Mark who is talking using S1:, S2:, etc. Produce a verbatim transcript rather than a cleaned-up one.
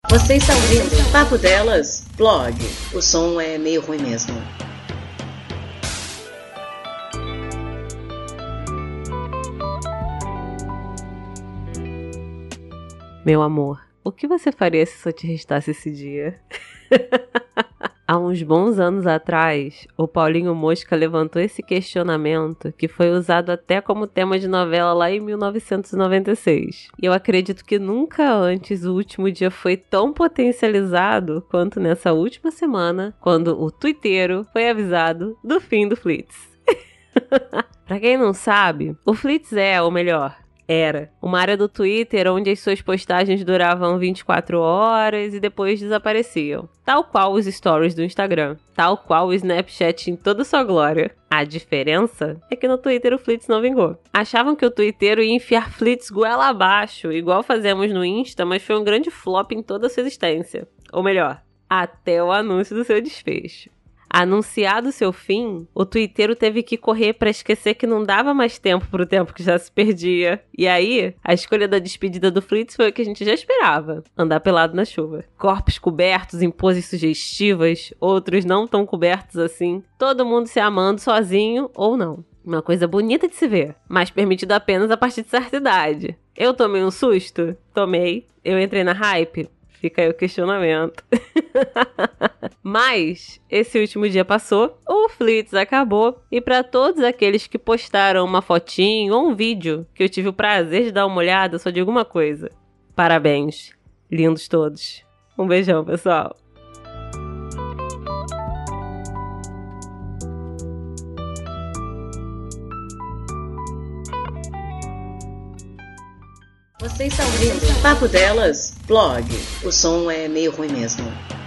S1: Você está ouvindo Papo Delas, blog. O som é meio ruim mesmo.
S2: Meu amor, o que você faria se só te restasse esse dia? Há uns bons anos atrás, o Paulinho Mosca levantou esse questionamento que foi usado até como tema de novela lá em mil novecentos e noventa e seis. E eu acredito que nunca antes o último dia foi tão potencializado quanto nessa última semana, quando o tuiteiro foi avisado do fim do Flits. Pra quem não sabe, o Flits é, ou melhor, era uma área do Twitter onde as suas postagens duravam vinte e quatro horas e depois desapareciam. Tal qual os stories do Instagram. Tal qual o Snapchat em toda sua glória. A diferença é que no Twitter o Flits não vingou. Achavam que o Twitter ia enfiar Flits goela abaixo, igual fazemos no Insta, mas foi um grande flop em toda a sua existência. Ou melhor, até o anúncio do seu desfecho. Anunciado seu fim, o tuiteiro teve que correr pra esquecer que não dava mais tempo pro tempo que já se perdia. E aí, a escolha da despedida do Flits foi o que a gente já esperava. Andar pelado na chuva. Corpos cobertos em poses sugestivas, outros não tão cobertos assim. Todo mundo se amando sozinho ou não. Uma coisa bonita de se ver, mas permitido apenas a partir de certa idade. Eu tomei um susto? Tomei. Eu entrei na hype? Fica aí o questionamento. Mas esse último dia passou, o Flits acabou, e para todos aqueles que postaram uma fotinho ou um vídeo que eu tive o prazer de dar uma olhada, só digo uma coisa: parabéns, lindos todos. Um beijão, pessoal.
S1: Você está ouvindo Papo Delas, blog. O som é meio ruim mesmo.